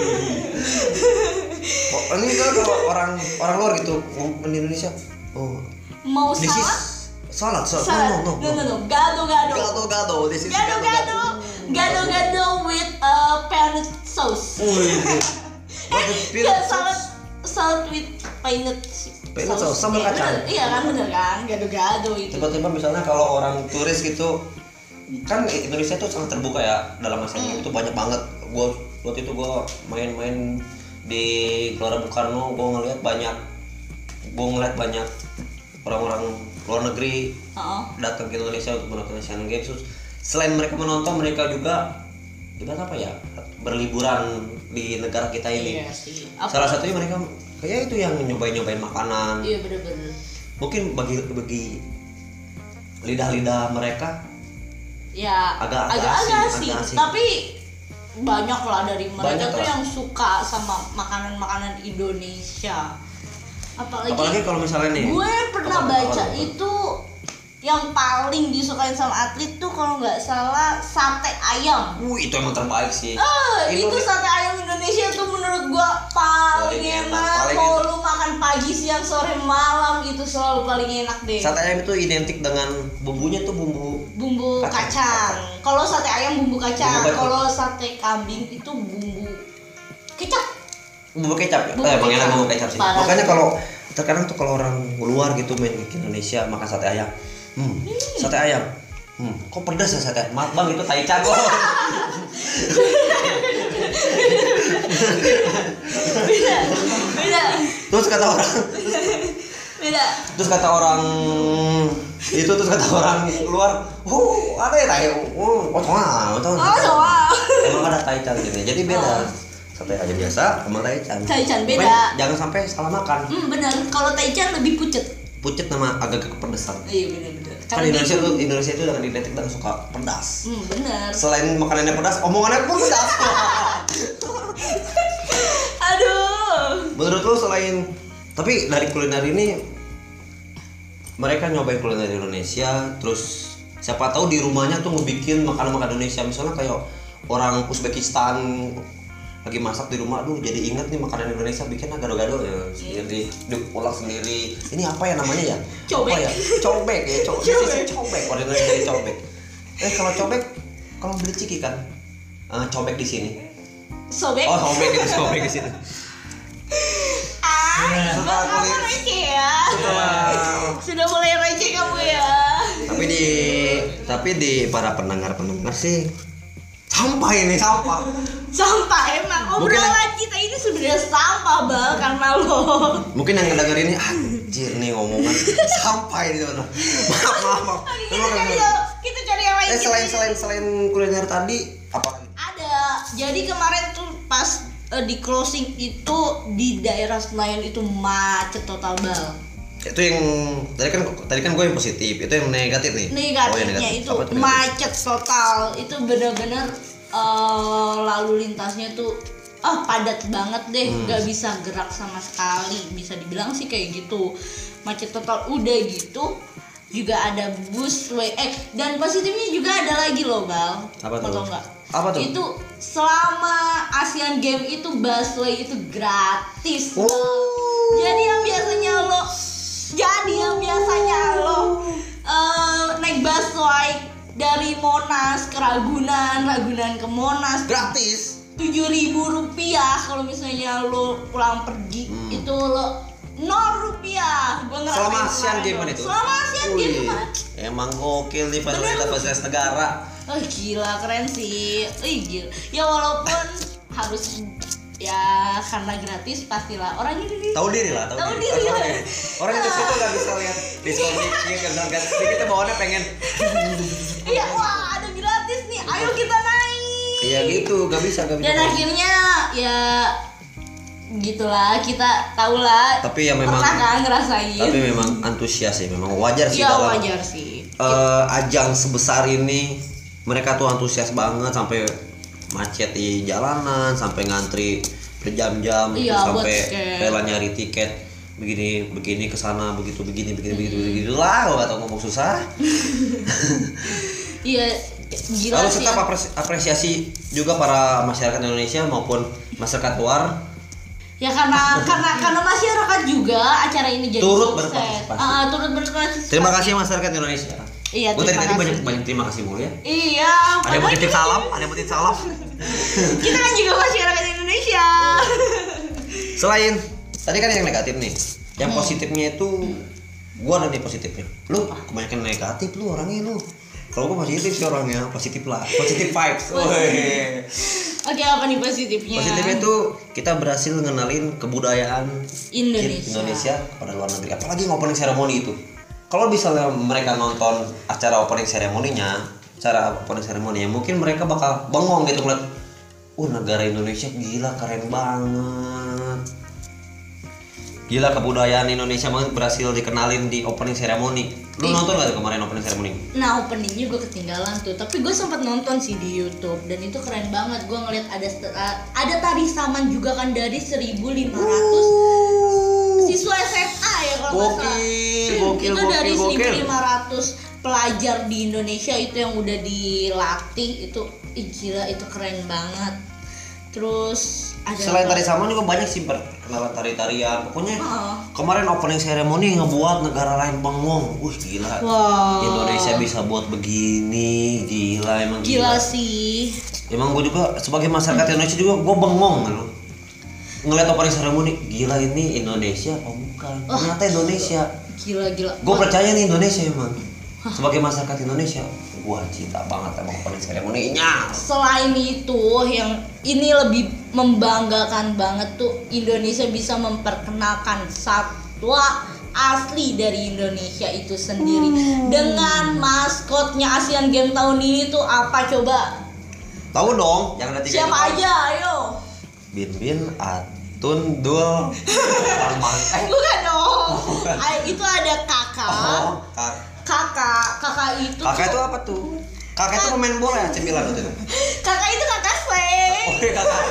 Oh, ini kan kalau orang orang luar gitu ngomong di Indonesia. Oh, Mau this is salad? salad. salad. Salad. No, no, No no. no no. Gado-gado. Gado gado. This is Gado-gado. Gado-gado with uh, peanut sauce. Wih. Ya salad salad with peanut Peanut sauce, sambal Iya, kacang. bener. Iya kan bener kan, gado-gado itu. Tiba-tiba misalnya kalau orang turis gitu, kan Indonesia tuh sangat terbuka ya dalam Asian Games itu banyak banget. Gua waktu itu gua main-main di Gelora Bung Karno, gua ngeliat banyak, gua ngeliat banyak orang-orang luar negeri Heeh. datang ke Indonesia untuk menonton Asian Games. Terus selain mereka menonton, mereka juga ibarat apa ya, berliburan di negara kita ini. Iya sih. Apa- Salah satunya mereka kayak itu yang nyobain-nyobain makanan. Iya bener-bener. Mungkin bagi bagi lidah-lidah mereka Ya Agak- agak agak-agak asing, sih, agak asing. tapi banyak lah dari mereka Banyak tuh lah. yang suka sama makanan-makanan Indonesia. Apalagi, apalagi kalau misalnya nih gue pernah apa- baca apa- apa- itu yang paling disukain sama atlet tuh kalau nggak salah sate ayam. Wih, itu emang terbaik sih. Ah, itu Indonesia- sate ayam Indonesia tuh menurut gua paling Paling enak, enak. paling Mau enak. lu makan pagi, siang, sore, malam itu selalu paling enak deh. Sate ayam itu identik dengan bumbunya tuh bumbu Bumbu Kacang. kacang. Kalau sate ayam bumbu kacang. Bumbu kacang. Kalau sate kambing itu bumbu kecap. bumbu kecap ya. Bumbu Eh, emang enak kecap. bumbu kecap sih. Parah. Makanya kalau terkadang tuh kalau orang luar gitu main ke Indonesia makan sate ayam. Hmm, sate ayam. Hmm, kok pedas ya sate? Maaf Bang, itu taichan kok. Beda. Beda. Terus kata orang Beda. terus kata orang itu terus kata orang luar, oh ada ya tai, oh potongan, potongan. Oh, soal. Emang ada taichan gini, jadi beda. Oh. Sate ayam biasa sama taichan. Taichan beda. Pokoknya jangan sampai salah makan. Hmm, benar. Kalau taichan lebih pucet. Pucet nama agak kepedesan. Iya, benar-benar. Kan Indonesia tuh Indonesia itu dengan identik dengan suka pedas. Hmm, benar. Selain makanannya pedas, omongannya pun pedas. Aduh. Menurut lu selain tapi dari kuliner ini mereka nyobain kuliner Indonesia, terus siapa tahu di rumahnya tuh ngebikin makanan-makanan Indonesia, misalnya kayak orang Uzbekistan lagi masak di rumah, aduh jadi inget nih makanan Indonesia, bikin gado-gado ya sendiri, diulang sendiri. Ini apa ya namanya ya? Cobek. Apa ya? Cobek ya, co- Cobek. cobek. Cobek. Orang Indonesia jadi cobek. Eh kalau cobek, kalau beli ciki kan, eh, cobek di sini. Sobek. Oh, cobek itu cobek di sini. Ah, Setelah kamu kulit- receh ya. Setelah- Sudah mulai receh kamu ya. tapi di tapi di para pendengar-pendengar sih sampah ini sampah. Sampah emang. Mungkin- Obrolan kita ini sebenarnya sampah bal karena lo. Mungkin yang ngedenger ini anjir nih ngomongan sampah ini teman. Maaf maaf. maaf. Oke, kita Emang cari bener. kita cari yang lain. Eh kita selain cari- selain selain kuliner tadi apa lagi? Ada. Jadi kemarin tuh pas eh, di closing itu di daerah Senayan itu macet total bal. Itu yang tadi kan tadi kan gue yang positif, itu yang negatif nih. Negatifnya Oh, yang negatif. itu Apa tuh negatif? macet total. Itu benar-benar eh, lalu lintasnya tuh ah padat banget deh, Hmm. nggak bisa gerak sama sekali. Bisa dibilang sih kayak gitu. Macet total udah gitu. juga ada busway. Eh dan positifnya juga ada lagi loh Bal. Apa tuh? Tau nggak? Apa tuh? Itu selama Asian Games itu busway itu gratis. Oh. Bal. Jadi yang biasanya lo, jadi yang biasanya lo uh, naik busway dari Monas ke Ragunan, Ragunan ke Monas Gratis. tujuh ribu rupiah kalau misalnya lo pulang pergi Hmm. itu lo nol rupiah. Gua ngerasain Selama Asian kemarin Games tuh. itu. Selama Asian Wih, Games kemarin. emang gokil nih fasilitas-fasilitas negara. Oh gila keren sih. Ih gila. Ya walaupun harus ya karena gratis pastilah orang ini Tahu diri lah, tahu Tahu diri. diri Tahu lah. diri. Orang itu situ nggak bisa lihat diskon dikit, nggak bisa lihat sedikit, kita bawaannya pengen. Iya wah ada gratis nih. Ayo kita naik. Iya gitu, nggak bisa, nggak bisa. Dan akhirnya ya gitulah kita tahu lah. Tapi ya memang. Pernah kan ngerasain. Tapi memang antusias sih, memang wajar sih Iya dalam wajar sih. eh, ajang sebesar ini. Mereka tuh antusias banget sampai macet di jalanan, sampai ngantri berjam-jam, Iya, terus buat sampai tiket. rela nyari tiket begini begini ke sana begitu begini begini begitu begitu lah, gua gak tau ngomong susah. Iya gila Lalu sih. tetap apres- apresiasi juga para masyarakat Indonesia maupun masyarakat luar Ya karena karena karena masyarakat juga acara ini jadi Turut sukses. berpartisipasi. Ah, turut berpartisipasi. Terima kasih masyarakat Indonesia. Iya, Gue tadi terima tadi kasih. banyak banyak terima kasih mulu ya. Iya. Ada yang mau titip makanya salam, ada yang mau titip salam. Kita kan juga masyarakat Indonesia. Selain tadi kan yang negatif nih, yang Hmm. positifnya itu gua ada nih positifnya. Lu kebanyakan negatif lu orangnya lu. Kalau gua positif sih orangnya, positif lah, positif vibes. Woi. Oke, apa nih positifnya? Positifnya itu kita berhasil ngenalin kebudayaan Indonesia. Indonesia kepada luar negeri. Apalagi opening ceremony itu. Kalau misalnya mereka nonton acara opening ceremony-nya, cara opening ceremony-nya, mungkin mereka bakal bengong gitu ngeliat, uh negara Indonesia gila keren banget. Gila kebudayaan Indonesia banget berhasil dikenalin di opening ceremony. Lu Ih. nonton gak tuh kemarin opening ceremony? Nah openingnya gue ketinggalan tuh, tapi gue sempat nonton sih di YouTube dan itu keren banget. Gue ngeliat ada ada tari saman juga kan dari seribu lima ratus siswa S M A ya kalau nggak salah. Gokil, gokil, Itu gokil, dari gokil. seribu lima ratus pelajar di Indonesia itu yang udah dilatih itu, ih, gila itu keren banget. Terus ada Selain apa? tari saman juga banyak sih perkenalan tari-tarian. Pokoknya Oh. kemarin opening ceremony ngebuat negara lain bengong. Wih gila. Wow. Indonesia bisa buat begini, gila emang Gila gila. sih. Emang gue juga sebagai masyarakat Indonesia juga gue bengong gitu. Ngeliat opening ceremony, gila ini Indonesia apa bukan? Wah. Ternyata Indonesia. Gila gila. Gue percaya nih Indonesia emang. Sebagai masyarakat Indonesia, gue cinta banget sama opening ceremony-nya. Selain itu yang ini lebih membanggakan banget tuh Indonesia bisa memperkenalkan satwa asli dari Indonesia itu sendiri dengan maskotnya Asian Games tahun ini tuh apa coba? Tahu dong, yang ada tiga Siapa itu. aja ayo? Bin Bin, Atun, Dul, Arman. Eh, Bukan dong. bukan. Ay, itu ada kakak. oh, kak. Kakak, kakak itu Kakak tuh- itu apa tuh? Kakak itu pemain bola ya, cemilan itu. kakak itu kakak Sleng. Oh, iya kakak.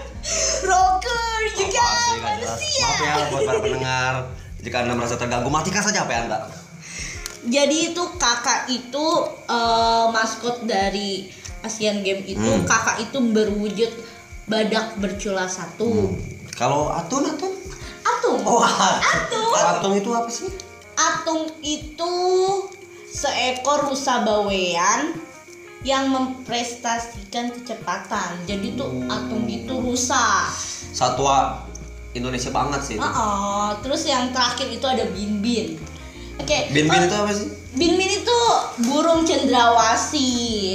Rocker juga Apa sih, nggak jelas. manusia. Maaf ya buat para pendengar. Jika Anda merasa terganggu, matikan saja H P Anda. Jadi itu kakak itu eh, maskot dari Asian Games itu Hmm. kakak itu berwujud badak bercula satu. Hmm. Kalau Atun, Atun? Atung. Oh, Atung. Atung itu apa sih? Atung itu seekor rusa bawean yang memprestasikan kecepatan. Jadi tuh Hmm. Atung itu rusa. Satwa Indonesia banget sih itu. Oh, terus yang terakhir itu ada Bin Bin. Oke. Bin Bin oh, itu apa sih? Bin Bin itu burung cendrawasih.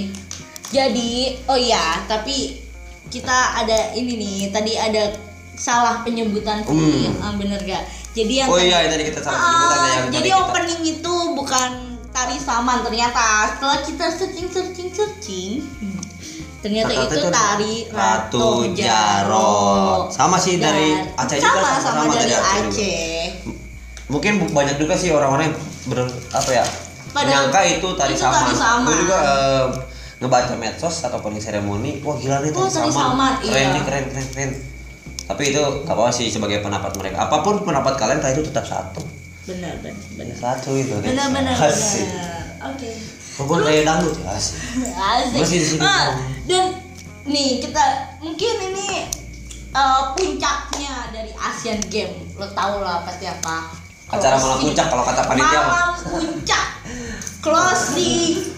Jadi, oh ya, tapi kita ada ini nih. Tadi ada salah penyebutan sih, Hmm. ah, bener gak? Jadi yang Oh tadi- iya, tadi kita salah Ah, penyebutan ya, yang jadi tadi kita- opening itu bukan tari saman ternyata. Setelah kita searching searching searching, hmm, ternyata Ternyata itu itu tari Ratu Ratu Jarot. Sama sih dari Dan- Aceh juga, sama, sama, sama-sama dari dari Aceh juga. Aceh. Mungkin bu- banyak juga sih orang-orang yang ber, apa ya Padahal menyangka itu tari itu saman. tari saman. Gue juga eh, ngebaca medsos ataupun di seremoni, wah gila nih Oh, tari tari saman, saman, keren iya. nih keren keren keren. Tapi itu gak apa sih sebagai pendapat mereka. Apapun pendapat kalian, tadi itu tetap satu. benar benar benar. Satu itu deh. Benar benar Asik. benar. Oke. Pokoknya kayak dangdut asik. Asik. Masih di sini. Ah, dan nih kita mungkin ini uh, puncaknya dari Asian Games. Lo tau lah pasti apa. Acara malam puncak kalau kata panitia. Malam puncak. Closing.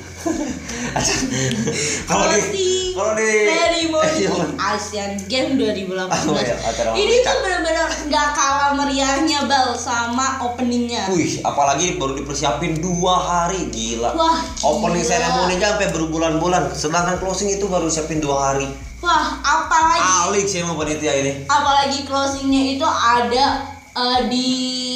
Kalau di kalau di ceremony Asian Games dua ribu delapan belas. Oh, iya, acara malam Ini puncak. tuh benar-benar nggak kalah meriahnya Bal sama openingnya. Wih, apalagi baru dipersiapin dua hari, gila. Wah, Opening gila. ceremony-nya sampai berbulan-bulan, sedangkan closing itu baru siapin dua hari. Wah, apalagi Alik sih emang panitia ini. apalagi closingnya itu ada eh, di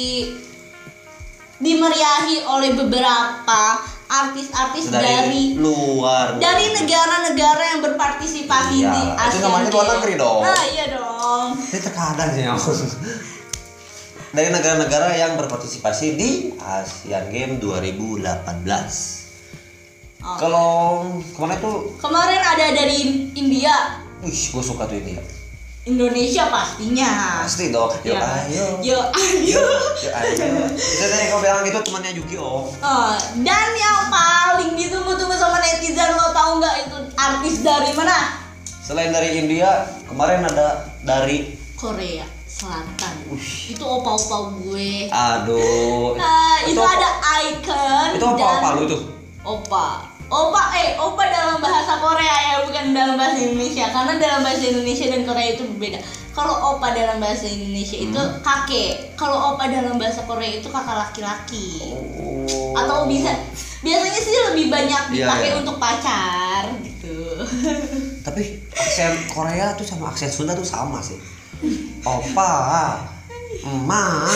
dimeriahi oleh beberapa artis-artis dari luar dari negara-negara yang berpartisipasi Iya, di itu Asian namanya luar Games. negeri dong. Nah, iya dong. Ini terkadang sih ya. Dari negara-negara yang berpartisipasi di Asian Games dua ribu delapan belas. Oh. Kalau kemana tuh? Kemarin ada dari India, Wih, gue suka tuh ini ya. Indonesia pastinya. Pasti dong. Yuk Ya. ayo. Yuk, ayo. Yuk ayo. Bisa tadi kau bilang gitu temannya Yuki Om. Oh, dan yang paling ditunggu-tunggu sama netizen, lo tahu nggak itu artis dari mana? Selain dari India, kemarin ada dari Korea Selatan. Ush. Itu opa-opa gue. Aduh. Nah, itu, apa- ada Icon. Itu apa-apa dan lu itu? Opa. Opa, eh, opa dalam bahasa Korea ya, bukan dalam bahasa Indonesia. Karena dalam bahasa Indonesia dan Korea itu berbeda. Kalau opa dalam bahasa Indonesia itu Hmm. kakek. Kalau opa dalam bahasa Korea itu kakak laki-laki. Oh. Atau bisa, biasanya sih lebih banyak Iya, dipakai iya. untuk pacar gitu. Tapi aksen Korea tuh sama aksen Sunda tuh sama sih. Opa, emak,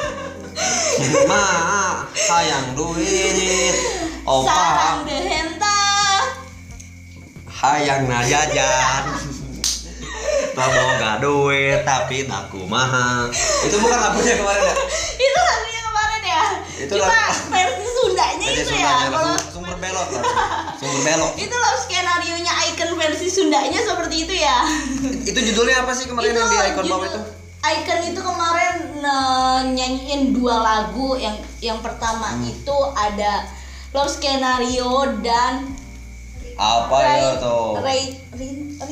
emak, sayang duit. Opa, Sarang dehenta. hayang na jajan. Boga duit tapi daku mahal. Itu bukan lagunya kemarin ya? Itu lagunya kemarin ya. Itu Cuma lagu- versi Sundanya Jadi itu Sundanya ya. Kalau langsung sumber belok lah. Sumber belok. itu love skenario nya Icon versi Sundanya seperti itu ya. Itu judulnya apa sih kemarin yang di Icon bawah itu? Icon itu kemarin eh, nyanyiin dua lagu. Yang yang pertama Hmm. itu ada Love Skenario dan Apa ya tuh? Ray Ray Ray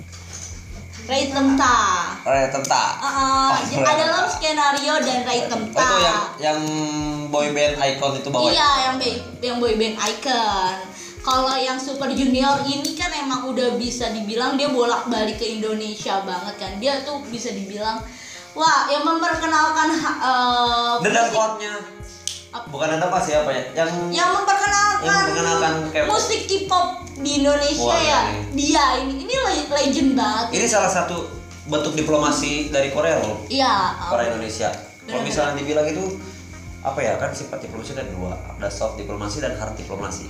Ray Temta. Ray Temta. Uh, Oh, jadi ada Love Skenario dan Ray Temta. Oh, itu yang yang boy band Icon itu bawah. Iya, yang boy, yang boy band Icon. Kalau yang Super Junior ini kan emang udah bisa dibilang dia bolak-balik ke Indonesia banget kan. Dia tuh bisa dibilang wah, yang memperkenalkan uh, Dendam musik- chordnya. Bukan ada apa sih apa ya? Yang yang memperkenalkan, Yang memperkenalkan K-pop. musik K-pop di Indonesia. Wah, ya. ini. Dia ini ini le- legend banget. ini salah satu bentuk diplomasi dari Korea loh. Iya. Korea Indonesia. Kalau Benar-benar. misalnya dibilang itu apa ya, kan sifat diplomasi ada dua, ada soft diplomasi dan hard diplomasi.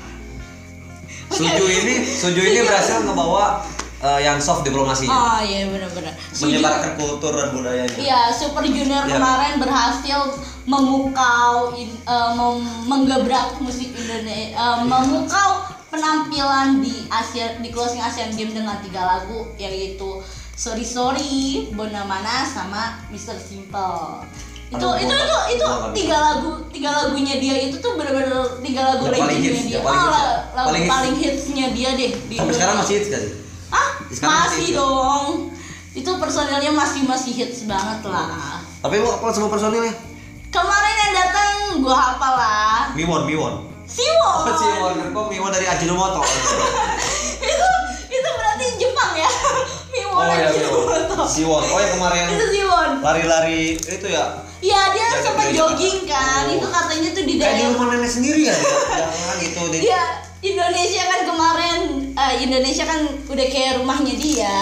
Suju ini, Suju ini berhasil ngebawa eh, yang soft diplomasinya, Oh iya benar-benar. Suju- menyebarkan kultur dan budayanya. Iya, Super Junior Iya. kemarin berhasil memukau, in- eh, mem- menggebrak musik Indonesia, eh, memukau penampilan di Asia di closing Asian Games dengan tiga lagu, yaitu Sorry Sorry, Bona Mana, sama Mister Simple. Itu Aduh, itu gua- itu itu gua nggak tiga lagu tiga lagunya dia itu tuh benar-benar tiga lagu Yang paling legendnya hits, dia. yang paling Oh, hits ya? la- lagu Paling hits. paling hitsnya dia deh di Sampai sekarang masih Indonesia. hits gak sih? Ah, Sekarang masih masih hits ya? dong. Itu personilnya masih masih hits banget lah. Tapi lu apa semua personilnya? Kemarin yang datang gua hafal lah. Miwon, Miwon. Siwon. Oh, Miwon, kok Miwon dari Ajinomoto? itu itu berarti Jepang ya. Miwon Oh ya, Ajinomoto. Miwon. Siwon. Oh yang kemarin Itu Siwon. lari-lari itu ya? Iya, dia Jaga sempat diri. jogging kan. Oh. Itu katanya tuh di Kayak di daerah. rumah nenek sendiri ya? Jangan gitu deh. Iya, Indonesia kan kemarin eh, Indonesia kan udah kayak rumahnya dia.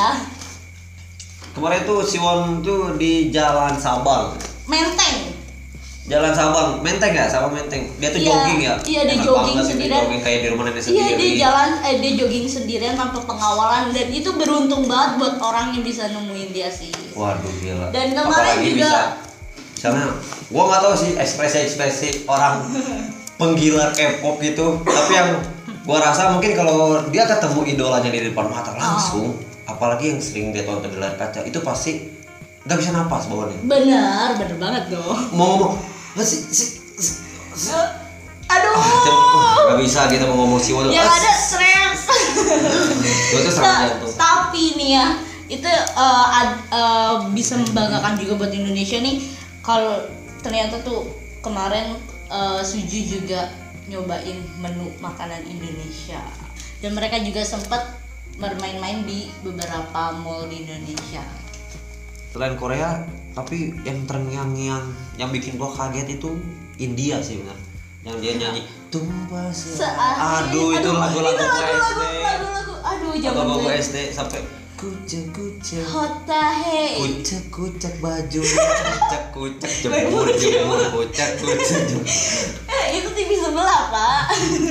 Kemarin tuh Siwon tuh di Jalan Sabang. Menteng. Jalan Sabang, Menteng ya, Sabang Menteng. Dia tuh Iya, jogging ya. iya, dia Enak jogging banget sih, dia sendirian. jogging kayak di rumah nenek Iya, sendiri. dia jalan eh dia jogging sendirian tanpa pengawalan, dan itu beruntung banget buat orang yang bisa nemuin dia sih. Waduh gila. Dan kemarin Apalagi juga- bisa, misalnya, gua nggak tahu sih ekspresi-ekspresi orang penggila K-pop gitu, tapi yang gua rasa mungkin kalau dia ketemu idolanya di depan mata langsung, apalagi yang sering dia tonton di layar kaca, itu pasti nggak bisa napas bawahnya. Benar, benar banget dong. Mau ngomong si, si, si, si. Aduh. Gak bisa kita mau ngomong sih. Yang ada stres. Itu serangan jantung. Tapi nih ya, itu uh, ad, uh, bisa membanggakan juga buat Indonesia nih. Kalau ternyata tuh kemarin uh, Suju juga nyobain menu makanan Indonesia. Dan mereka juga sempat bermain-main di beberapa mall di Indonesia. Selain Korea, tapi yang terngiang-ngiang yang bikin gua kaget itu India sih benar. Yang dia nyanyi tumpah se aduh, itu lagu-lagu itu gua S D. lagu-lagu aduh zaman Lagu gue gua S D sampai kucek kucek Hotahe kucek kucek baju kucek kucek jemur jemur kucek kucek jemur. Eh itu T V sebelah pak.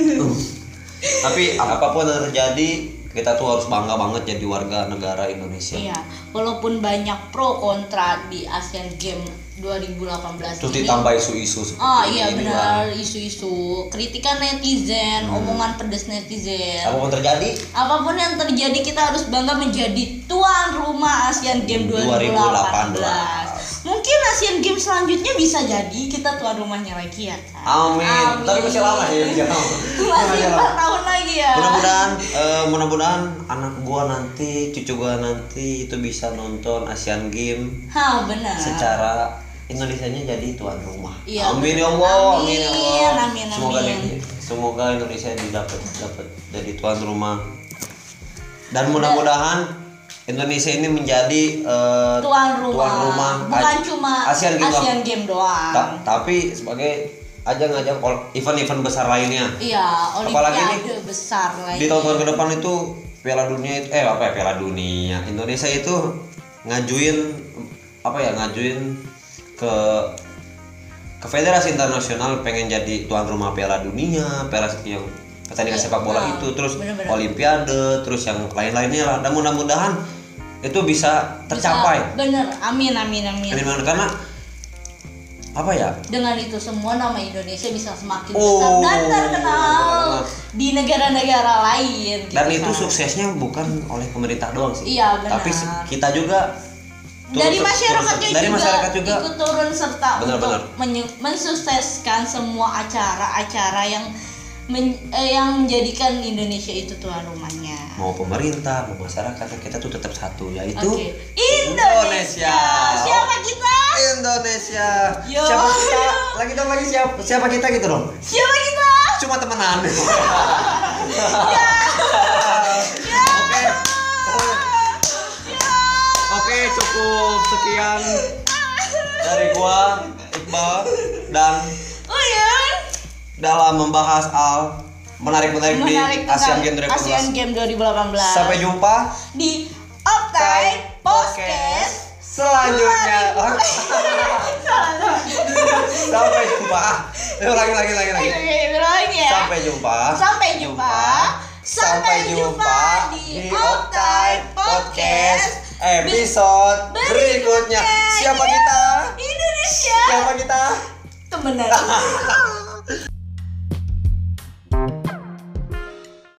Tapi apapun yang terjadi kita tuh harus bangga banget jadi warga negara Indonesia. Iya, walaupun banyak pro kontra di Asian Games dua ribu delapan belas Terus ini. ditambah isu-isu seperti Oh ini iya juga. benar, isu-isu, kritikan netizen, hmm. omongan pedes netizen. Apapun terjadi, Apapun yang terjadi kita harus bangga menjadi tuan rumah Asian Games dua ribu delapan belas. Mungkin Asian Games selanjutnya bisa jadi kita tuan rumahnya lagi ya kan? Amin. Amin. Tapi masih lama ya. Masih empat tahun lagi ya. Mudah-mudahan, uh, mudah-mudahan anak gua nanti, cucu gua nanti itu bisa nonton Asian Games. Hah benar. Secara Indonesianya jadi tuan rumah. Iya, amin ya Allah. Amin, amin ya Allah. Amin, amin. Semoga di, semoga Indonesia didapat dapat jadi tuan rumah. Dan mudah-mudahan Indonesia ini menjadi uh, tuan rumah, tuan rumah bukan A- cuma Asian Games, Asian Games doang. Ta- tapi sebagai ajang-ajang event-event besar lainnya. Iya, olimpiade besar lainnya. Di tahun-tahun ke depan itu Piala Dunia itu eh apa ya Piala Dunia Indonesia itu ngajuin apa ya ngajuin ke ke Federasi Internasional pengen jadi tuan rumah Piala Dunia, Piala yang pertandingan ya, sepak bola nah, itu terus bener-bener. Olimpiade, terus yang lain-lainnya lah. Dan mudah-mudahan itu bisa tercapai. Bisa, bener, amin amin amin. Amin karena apa ya? Dengan itu semua nama Indonesia bisa semakin oh, besar dan terkenal di negara-negara lain. Dan gitu itu kan. Suksesnya bukan oleh pemerintah doang sih. Iya benar. Tapi kita juga dari masyarakatnya dari juga, masyarakat juga ikut turun serta benar, untuk benar. Men- mensukseskan semua acara-acara yang men- eh, yang menjadikan Indonesia itu tuan rumahnya. Mau pemerintah, mau masyarakat, kita tuh tetap satu yaitu okay. Indonesia. Indonesia. Siapa kita? Indonesia. Yo. Siapa kita? Lagi dong lagi siapa? Siapa kita gitu dong? Siapa kita? Cuma temenan. Ya. Oke. Oke, cukup sekian dari gua Iqbal dan Uyun dalam membahas al menarik-menarik di Asian Games dua ribu delapan belas. Asian Games dua ribu delapan belas. Sampai jumpa di Optai Podcast selanjutnya. Sampai jumpa. Ayo lagi lagi lagi lagi. Sampai jumpa. Sampai jumpa. Sampai jumpa di Optai Podcast episode berikutnya. Siapa kita? Indonesia. Siapa kita? Temenan.